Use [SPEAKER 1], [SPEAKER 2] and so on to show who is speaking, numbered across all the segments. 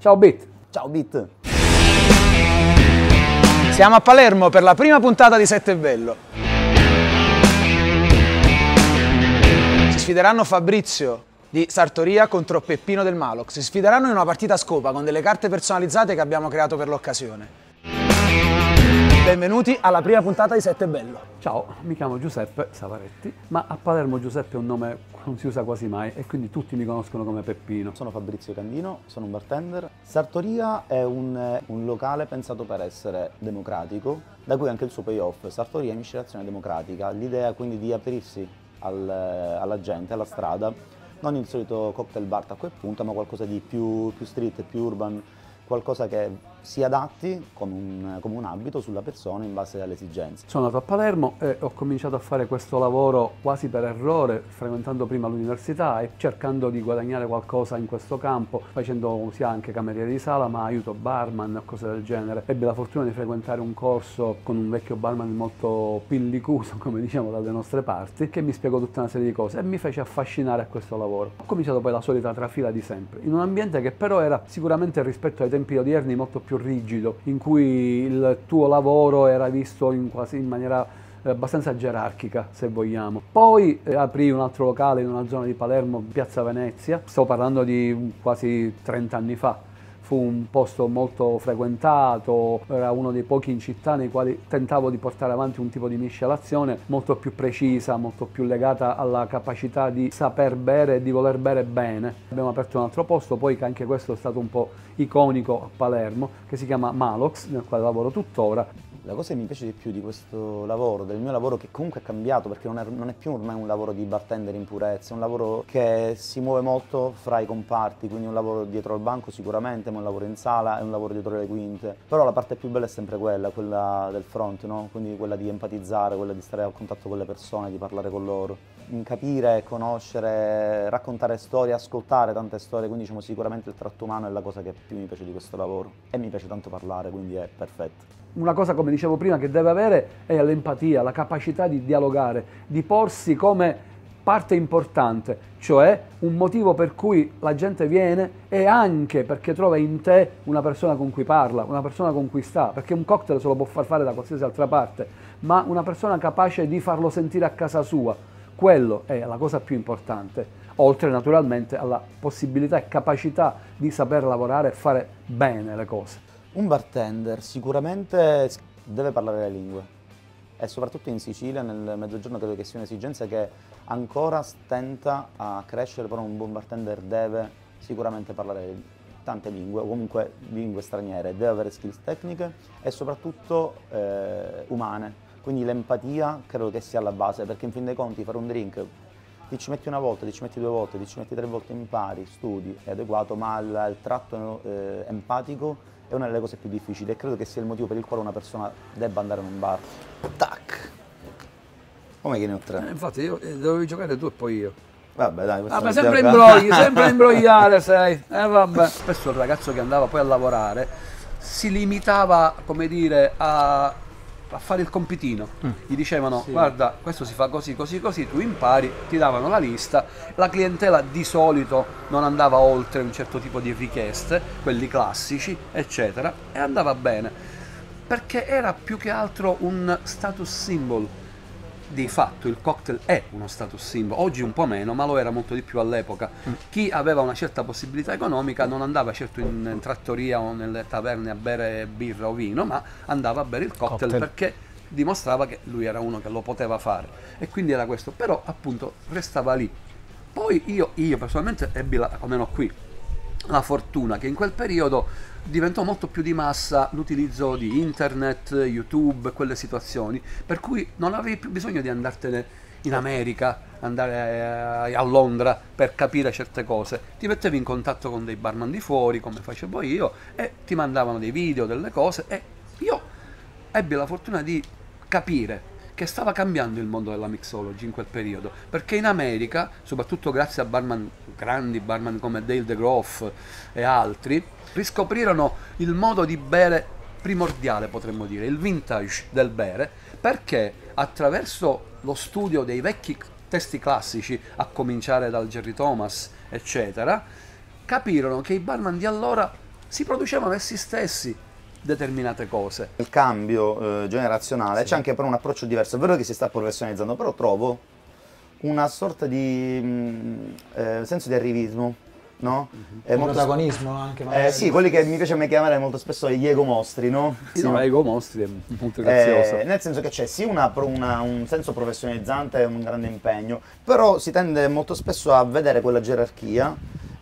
[SPEAKER 1] Ciao Bit!
[SPEAKER 2] Ciao Bit!
[SPEAKER 3] Siamo a Palermo per la prima puntata di Sette è Bello. Si sfideranno Fabrizio di Sartoria contro Peppino del Malox. Si sfideranno in una partita a scopa con delle carte personalizzate che abbiamo creato per l'occasione. Benvenuti alla prima puntata di Sette è Bello.
[SPEAKER 1] Ciao, mi chiamo Giuseppe Savaretti, ma a Palermo Giuseppe è un nome che non si usa quasi mai e quindi tutti mi conoscono come Peppino.
[SPEAKER 2] Sono Fabrizio Candino, sono un bartender. Sartoria è un locale pensato per essere democratico, da cui anche il suo payoff. Sartoria è miscelazione democratica, l'idea quindi di aprirsi alla gente, alla strada, non il solito cocktail bar a quel punto, ma qualcosa di più street, più urban, qualcosa che si adatti come un abito sulla persona in base alle esigenze.
[SPEAKER 1] Sono nato a Palermo e ho cominciato a fare questo lavoro quasi per errore, frequentando prima l'università e cercando di guadagnare qualcosa in questo campo, facendo sia anche cameriere di sala, ma aiuto barman, cose del genere. Ebbi la fortuna di frequentare un corso con un vecchio barman molto pillicuso, come diciamo dalle nostre parti, che mi spiegò tutta una serie di cose e mi fece affascinare a questo lavoro. Ho cominciato poi la solita trafila di sempre, in un ambiente che però era sicuramente rispetto ai tempi odierni molto più rigido, in cui il tuo lavoro era visto in maniera abbastanza gerarchica, se vogliamo. Poi aprì un altro locale in una zona di Palermo, Piazza Venezia, sto parlando di quasi 30 anni fa. Fu un posto molto frequentato, era uno dei pochi in città nei quali tentavo di portare avanti un tipo di miscelazione molto più precisa, molto più legata alla capacità di saper bere e di voler bere bene. Abbiamo aperto un altro posto, poi che anche questo è stato un po' iconico a Palermo, che si chiama Malox, nel quale lavoro tuttora.
[SPEAKER 2] La cosa che mi piace di più di questo lavoro, del mio lavoro, che comunque è cambiato perché non è più ormai un lavoro di bartender in purezza, è un lavoro che si muove molto fra i comparti, quindi un lavoro dietro al banco sicuramente, ma un lavoro in sala e un lavoro dietro le quinte. Però la parte più bella è sempre quella del front, no? Quindi quella di empatizzare, quella di stare a contatto con le persone, di parlare con loro. Capire, conoscere, raccontare storie, ascoltare tante storie, quindi diciamo sicuramente il tratto umano è la cosa che più mi piace di questo lavoro e mi piace tanto parlare, quindi è perfetto.
[SPEAKER 1] Una cosa, come dicevo prima, che deve avere è l'empatia, la capacità di dialogare, di porsi come parte importante, cioè un motivo per cui la gente viene e anche perché trova in te una persona con cui parla, una persona con cui sta, perché un cocktail se lo può far fare da qualsiasi altra parte, ma una persona capace di farlo sentire a casa sua. Quello è la cosa più importante, oltre naturalmente alla possibilità e capacità di saper lavorare e fare bene le cose.
[SPEAKER 2] Un bartender sicuramente deve parlare le lingue e soprattutto in Sicilia, nel Mezzogiorno, credo che sia un'esigenza che ancora stenta a crescere, però un buon bartender deve sicuramente parlare tante lingue o comunque lingue straniere, deve avere skills tecniche e soprattutto umane. Quindi l'empatia credo che sia alla base, perché in fin dei conti fare un drink ti ci metti una volta, ti ci metti due volte, ti ci metti tre volte, impari, studi, è adeguato, ma il tratto empatico è una delle cose più difficili e credo che sia il motivo per il quale una persona debba andare in un bar. Tac! Come che ne ho tre?
[SPEAKER 1] Infatti io dovevi giocare tu e poi io.
[SPEAKER 2] Vabbè dai,
[SPEAKER 1] Vabbè, sempre imbrogli, sempre imbrogliare sei. Vabbè. Spesso il ragazzo che andava poi a lavorare si limitava, come dire, a fare il compitino. Gli dicevano sì, guarda, questo si fa così, così, così, tu impari, ti davano la lista, la clientela di solito non andava oltre un certo tipo di richieste, quelli classici, eccetera, e andava bene, perché era più che altro un status symbol. Di fatto il cocktail è uno status symbol, oggi un po' meno, ma lo era molto di più all'epoca. Chi aveva una certa possibilità economica non andava certo in trattoria o nelle taverne a bere birra o vino, ma andava a bere il cocktail perché dimostrava che lui era uno che lo poteva fare e quindi era questo, però appunto restava lì. Poi io personalmente ebbi, almeno qui, la fortuna che in quel periodo diventò molto più di massa l'utilizzo di internet, YouTube, quelle situazioni, per cui non avevi più bisogno di andartene in America, andare a Londra per capire certe cose. Ti mettevi in contatto con dei barman di fuori, come facevo io, e ti mandavano dei video, delle cose, e io ebbi la fortuna di capire che stava cambiando il mondo della mixology in quel periodo, perché in America, soprattutto grazie a grandi barman come Dale DeGroff e altri, riscoprirono il modo di bere primordiale, potremmo dire, il vintage del bere, perché attraverso lo studio dei vecchi testi classici, a cominciare dal Jerry Thomas, eccetera, capirono che i barman di allora si producevano essi stessi determinate cose.
[SPEAKER 2] Il cambio generazionale c'è anche però un approccio diverso. È vero che si sta professionalizzando, però trovo una sorta di senso di arrivismo, no?
[SPEAKER 3] Protagonismo anche magari.
[SPEAKER 2] Sì, quelli che mi piace a me chiamare molto spesso gli ego mostri, no?
[SPEAKER 1] Sì, no, ego mostri è molto grazioso.
[SPEAKER 2] Nel senso che c'è sì un senso professionalizzante e un grande impegno, però si tende molto spesso a vedere quella gerarchia,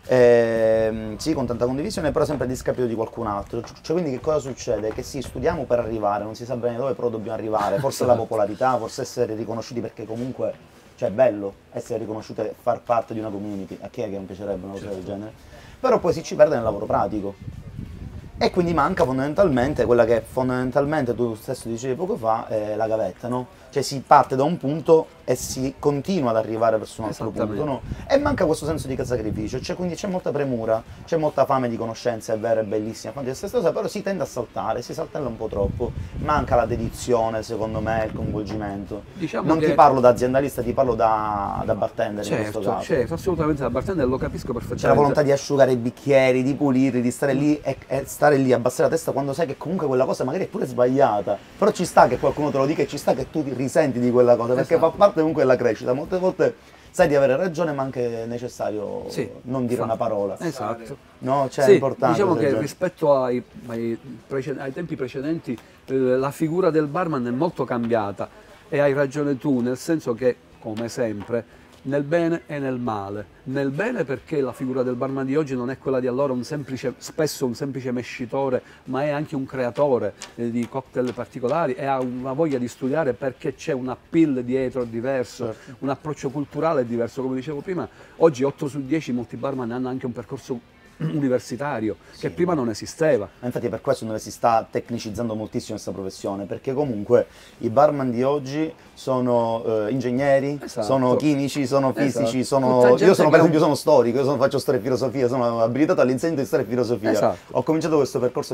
[SPEAKER 2] sì, con tanta condivisione, però sempre a discapito di qualcun altro. Cioè, quindi che cosa succede? Che sì, studiamo per arrivare, non si sa bene dove, però dobbiamo arrivare, forse la popolarità, forse essere riconosciuti, perché comunque, cioè è bello essere riconosciuti e far parte di una community, a chi è che non piacerebbe una cosa del genere? Però poi si ci perde nel lavoro pratico. E quindi manca fondamentalmente quella che fondamentalmente tu stesso dicevi poco fa, la gavetta, no? Cioè si parte da un punto e si continua ad arrivare verso un altro punto, no? E manca questo senso di sacrificio, cioè quindi c'è molta premura, c'è molta fame di conoscenza, è vero, è bellissima, questa stessa cosa, però si tende a saltare, si saltella un po' troppo, manca la dedizione, secondo me, il coinvolgimento.
[SPEAKER 1] Diciamo
[SPEAKER 2] non
[SPEAKER 1] che...
[SPEAKER 2] ti parlo da aziendalista, ti parlo da bartender in questo caso.
[SPEAKER 1] Certo, assolutamente, da bartender lo capisco perfettamente.
[SPEAKER 2] C'è la volontà di asciugare i bicchieri, di pulirli, di stare lì e stare lì, abbassare la testa quando sai che comunque quella cosa magari è pure sbagliata, però ci sta che qualcuno te lo dica e ci sta che tu ti risenti di quella cosa, perché fa parte comunque della crescita. Molte volte sai di avere ragione, ma anche è necessario non dire una parola.
[SPEAKER 1] Esatto.
[SPEAKER 2] No, cioè è importante.
[SPEAKER 1] Diciamo che rispetto ai tempi precedenti la figura del barman è molto cambiata, e hai ragione tu, nel senso che, come sempre, nel bene e nel male. Nel bene perché la figura del barman di oggi non è quella di allora, spesso un semplice mescitore, ma è anche un creatore di cocktail particolari, e ha una voglia di studiare perché c'è un appeal dietro diverso, certo, un approccio culturale diverso. Come dicevo prima, oggi 8 su 10 molti barman hanno anche un percorso universitario, che prima non esisteva.
[SPEAKER 2] Infatti è per questo dove si sta tecnicizzando moltissimo questa professione, perché comunque i barman di oggi sono ingegneri, sono chimici, sono fisici, io sono per esempio sono storico, faccio storia e filosofia, sono abilitato all'insegnamento di storia e filosofia. Ho cominciato questo percorso a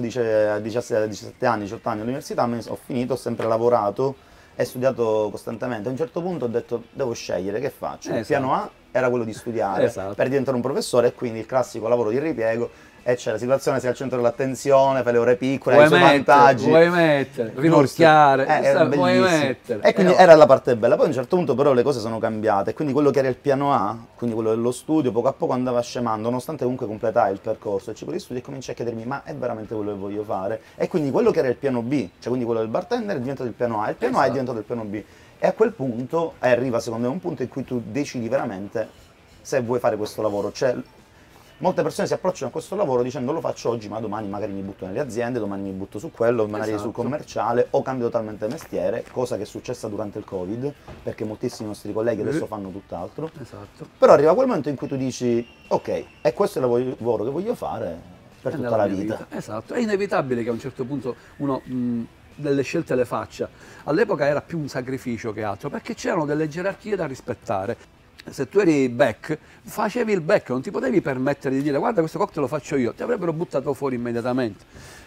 [SPEAKER 2] 17 anni, 18 anni all'università, ho finito, ho sempre lavorato e studiato costantemente. A un certo punto ho detto devo scegliere, che faccio? Il piano A era quello di studiare per diventare un professore, e quindi il classico lavoro di ripiego, e c'è la situazione, sei al centro dell'attenzione, fai le ore piccole, hai i suoi vantaggi.
[SPEAKER 1] Vuoi mettere, rimorchiare, vuoi mettere.
[SPEAKER 2] E quindi era la parte bella. Poi a un certo punto però le cose sono cambiate, quindi quello che era il piano A, quindi quello dello studio, poco a poco andava scemando, nonostante comunque completai il percorso, il ciclo di studio, e cominciai a chiedermi ma è veramente quello che voglio fare? E quindi quello che era il piano B, cioè quindi quello del bartender, è diventato il piano A, il piano A è diventato il piano B. E a quel punto arriva secondo me un punto in cui tu decidi veramente se vuoi fare questo lavoro. Cioè, molte persone si approcciano a questo lavoro dicendo lo faccio oggi, ma domani magari mi butto nelle aziende, domani mi butto su quello, magari sul commerciale, o cambio totalmente mestiere, cosa che è successa durante il Covid, perché moltissimi nostri colleghi adesso fanno tutt'altro. Però arriva quel momento in cui tu dici ok, è questo il lavoro che voglio fare per tutta la vita.
[SPEAKER 1] Esatto, è inevitabile che a un certo punto uno delle scelte le faccia. All'epoca era più un sacrificio che altro, perché c'erano delle gerarchie da rispettare. Se tu eri back, facevi il back, non ti potevi permettere di dire guarda questo cocktail lo faccio io, ti avrebbero buttato fuori immediatamente.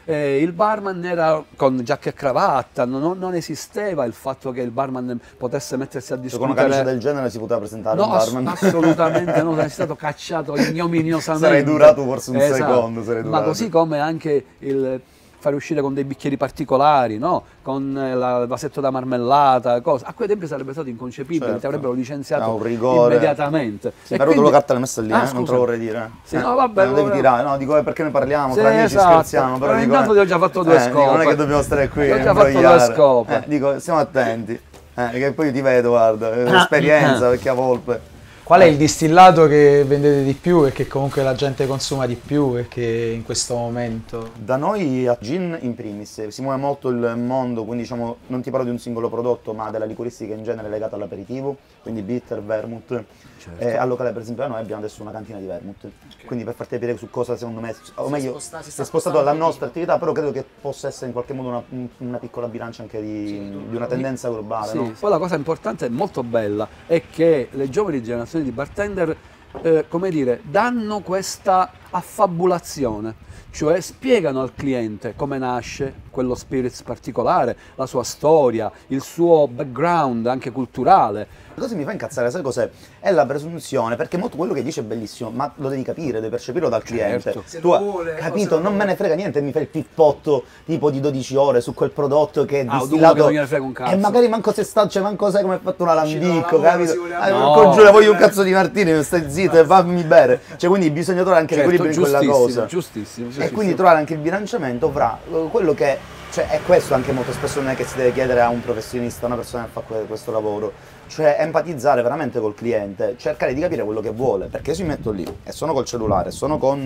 [SPEAKER 1] Il barman era con giacca e cravatta, non esisteva il fatto che il barman potesse mettersi a discutere.
[SPEAKER 2] Con una camicia del genere si poteva presentare un barman?
[SPEAKER 1] Assolutamente no, sei stato cacciato ignominiosamente.
[SPEAKER 2] Sarei durato forse un secondo.
[SPEAKER 1] Ma così come anche il fare uscire con dei bicchieri particolari, no? Con il vasetto da marmellata, cose. A quei tempi sarebbe stato inconcepibile, ti avrebbero licenziato immediatamente.
[SPEAKER 2] Sì, però tu lo carta l'hai messa lì, non te lo vorrei dire.
[SPEAKER 1] Sì, no, vabbè,
[SPEAKER 2] non devi tirare, no, dico perché ne parliamo, tra amici scherziamo.
[SPEAKER 1] Però intanto ti ho già fatto due scope.
[SPEAKER 2] Non è che dobbiamo stare qui
[SPEAKER 1] ti ho già fatto due scope.
[SPEAKER 2] Dico, stiamo attenti, che poi io ti vedo, guarda, l'esperienza, vecchia volpe.
[SPEAKER 3] Qual è il distillato che vendete di più e che comunque la gente consuma di più e che in questo momento?
[SPEAKER 2] Da noi a gin in primis, si muove molto il mondo, quindi diciamo non ti parlo di un singolo prodotto, ma della liquoristica in genere legata all'aperitivo, quindi bitter, vermouth. Al locale per esempio noi abbiamo adesso una cantina di vermouth, quindi per farti capire su cosa secondo me, o meglio, si è spostato alla nostra attività, però credo che possa essere in qualche modo una piccola bilancia anche di una tendenza globale. No?
[SPEAKER 1] Poi la cosa importante e molto bella è che le giovani generazioni di bartender, come dire, danno questa affabulazione. Cioè spiegano al cliente come nasce quello spirits particolare, la sua storia, il suo background anche culturale.
[SPEAKER 2] La cosa che mi fa incazzare, sai cos'è? È la presunzione, perché molto quello che dice è bellissimo, ma lo devi capire, devi percepirlo dal cliente.
[SPEAKER 1] Certo.
[SPEAKER 2] Tu, capito? Non me ne frega niente, mi fai il pippotto tipo di 12 ore su quel prodotto che è distillato.
[SPEAKER 1] Che non gliene frega un cazzo.
[SPEAKER 2] E magari manco se sta, cioè manco sai come è fatto un alambico, capito?
[SPEAKER 1] No,
[SPEAKER 2] Con Giulia voglio un cazzo di martini, stai zitto e fammi bere. Cioè quindi bisogna trovare anche l'equilibrio in quella cosa.
[SPEAKER 1] Giustissimo.
[SPEAKER 2] E quindi trovare anche il bilanciamento fra quello che, cioè è questo anche molto spesso non è che si deve chiedere a un professionista, a una persona che fa questo lavoro, cioè empatizzare veramente col cliente, cercare di capire quello che vuole, perché se mi metto lì e sono col cellulare, sono con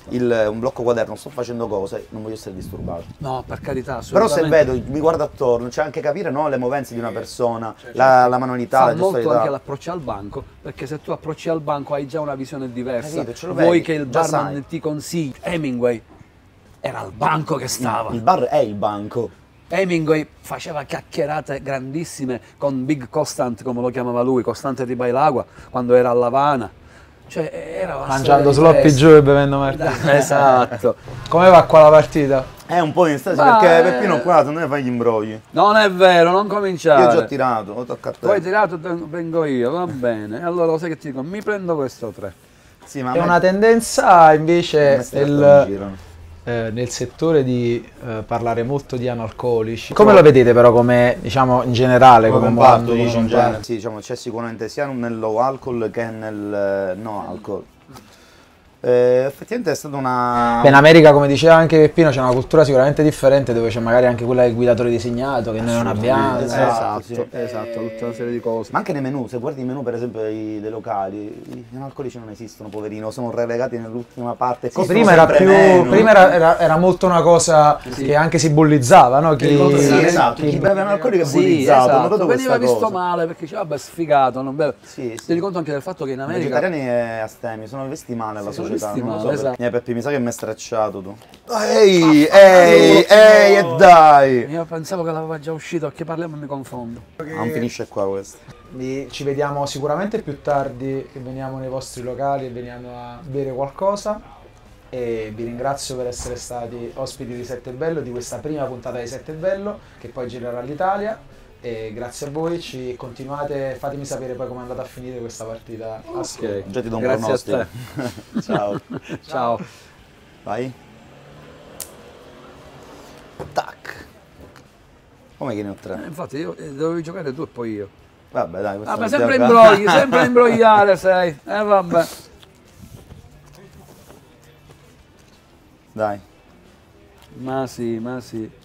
[SPEAKER 2] un blocco quaderno, sto facendo cose, non voglio essere disturbato.
[SPEAKER 1] No, per carità,
[SPEAKER 2] Però
[SPEAKER 1] assolutamente.
[SPEAKER 2] se vedo, mi guardo attorno, cioè anche capire no, le movenze di una persona, la manualità,
[SPEAKER 1] Fa
[SPEAKER 2] la
[SPEAKER 1] molto
[SPEAKER 2] gestualità.
[SPEAKER 1] anche l'approccio al banco, perché se tu approcci al banco hai già una visione diversa.
[SPEAKER 2] Capito, ce lo
[SPEAKER 1] Vuoi
[SPEAKER 2] vedi,
[SPEAKER 1] che il
[SPEAKER 2] già
[SPEAKER 1] barman
[SPEAKER 2] sai.
[SPEAKER 1] ti consigli. Hemingway era al banco che stava.
[SPEAKER 2] Il bar è il banco.
[SPEAKER 1] Hemingway faceva chiacchierate grandissime con Big Constant, come lo chiamava lui, Costante di Bailagua, quando era a L'Avana. Cioè, era una
[SPEAKER 3] Mangiando
[SPEAKER 1] storia di
[SPEAKER 3] sloppy
[SPEAKER 1] testa.
[SPEAKER 3] giù e bevendo martini.
[SPEAKER 1] Esatto.
[SPEAKER 3] Come va qua la partita?
[SPEAKER 2] È un po' in stasi
[SPEAKER 1] Ma,
[SPEAKER 2] perché Peppino qua non ne fai gli imbrogli.
[SPEAKER 1] Non è vero, non cominciare.
[SPEAKER 2] Io ho già tirato, lo tocca a te.
[SPEAKER 1] Tu hai tirato, vengo io, va bene. Allora lo sai che ti dico, mi prendo questo 3.
[SPEAKER 2] Sì, ma a
[SPEAKER 3] È
[SPEAKER 2] me-
[SPEAKER 3] una tendenza
[SPEAKER 2] a me
[SPEAKER 3] invece
[SPEAKER 2] sti cartoni mi girano.
[SPEAKER 3] nel settore di parlare molto di analcolici. Come lo vedete però come, diciamo, in generale, come
[SPEAKER 2] comparto,
[SPEAKER 3] mondo,
[SPEAKER 2] dici,
[SPEAKER 3] come
[SPEAKER 2] in genere.
[SPEAKER 3] comparto?
[SPEAKER 2] Sì, diciamo, c'è sicuramente sia nel low alcol che nel no alcol. Effettivamente è stata una...
[SPEAKER 3] Beh, in America, come diceva anche Peppino, c'è una cultura sicuramente differente dove c'è magari anche quella del guidatore designato che noi non abbiamo.
[SPEAKER 2] Esatto, sì.
[SPEAKER 1] Esatto, tutta una serie di cose.
[SPEAKER 2] Ma anche nei menù, se guardi i menù per esempio dei locali, gli analcolici non esistono, poverino, sono relegati nell'ultima parte. costano
[SPEAKER 3] Prima era
[SPEAKER 2] sempre
[SPEAKER 3] più,
[SPEAKER 2] meno.
[SPEAKER 3] prima era molto una cosa che anche si bullizzava, no?
[SPEAKER 2] Sì, esatto, chi beve analcolico è
[SPEAKER 1] Sì,
[SPEAKER 2] bullizzato, ho
[SPEAKER 1] esatto.
[SPEAKER 2] notato
[SPEAKER 1] Veniva
[SPEAKER 2] questa
[SPEAKER 1] visto
[SPEAKER 2] cosa.
[SPEAKER 1] male perché diceva, vabbè, sfigato, non beve.
[SPEAKER 2] Sì,
[SPEAKER 1] Ti
[SPEAKER 2] sì.
[SPEAKER 1] rendi conto anche del fatto che in
[SPEAKER 2] I
[SPEAKER 1] America...
[SPEAKER 2] vegetariani e astemi sono visti male alla
[SPEAKER 1] Sono
[SPEAKER 2] società,
[SPEAKER 1] visti
[SPEAKER 2] non lo so
[SPEAKER 1] male,
[SPEAKER 2] perché.
[SPEAKER 1] esatto.
[SPEAKER 2] Peppi, mi sa che mi hai stracciato tu. Ehi, e dai!
[SPEAKER 1] Io pensavo che l'aveva già uscito, perché parliamo e mi confondo.
[SPEAKER 2] Non finisce qua questo.
[SPEAKER 3] Ci vediamo sicuramente più tardi, che veniamo nei vostri locali e veniamo a bere qualcosa. E vi ringrazio per essere stati ospiti di Sette Bello, di questa prima puntata di Sette Bello, che poi girerà l'Italia. E grazie a voi, continuate, fatemi sapere poi come è andata a finire questa partita.
[SPEAKER 1] Ok,
[SPEAKER 2] Già ti do un
[SPEAKER 1] grazie a
[SPEAKER 2] pronostico.
[SPEAKER 1] te.
[SPEAKER 2] Ciao.
[SPEAKER 1] Ciao.
[SPEAKER 2] Vai. Tac. Come che ne ho tre?
[SPEAKER 1] Infatti io dovevi giocare tu e poi io.
[SPEAKER 2] Vabbè dai, questo
[SPEAKER 1] Vabbè,
[SPEAKER 2] non
[SPEAKER 1] sempre
[SPEAKER 2] ti
[SPEAKER 1] imbrogli, sempre imbrogliare sei. Vabbè.
[SPEAKER 2] Dai.
[SPEAKER 1] Ma sì, ma sì.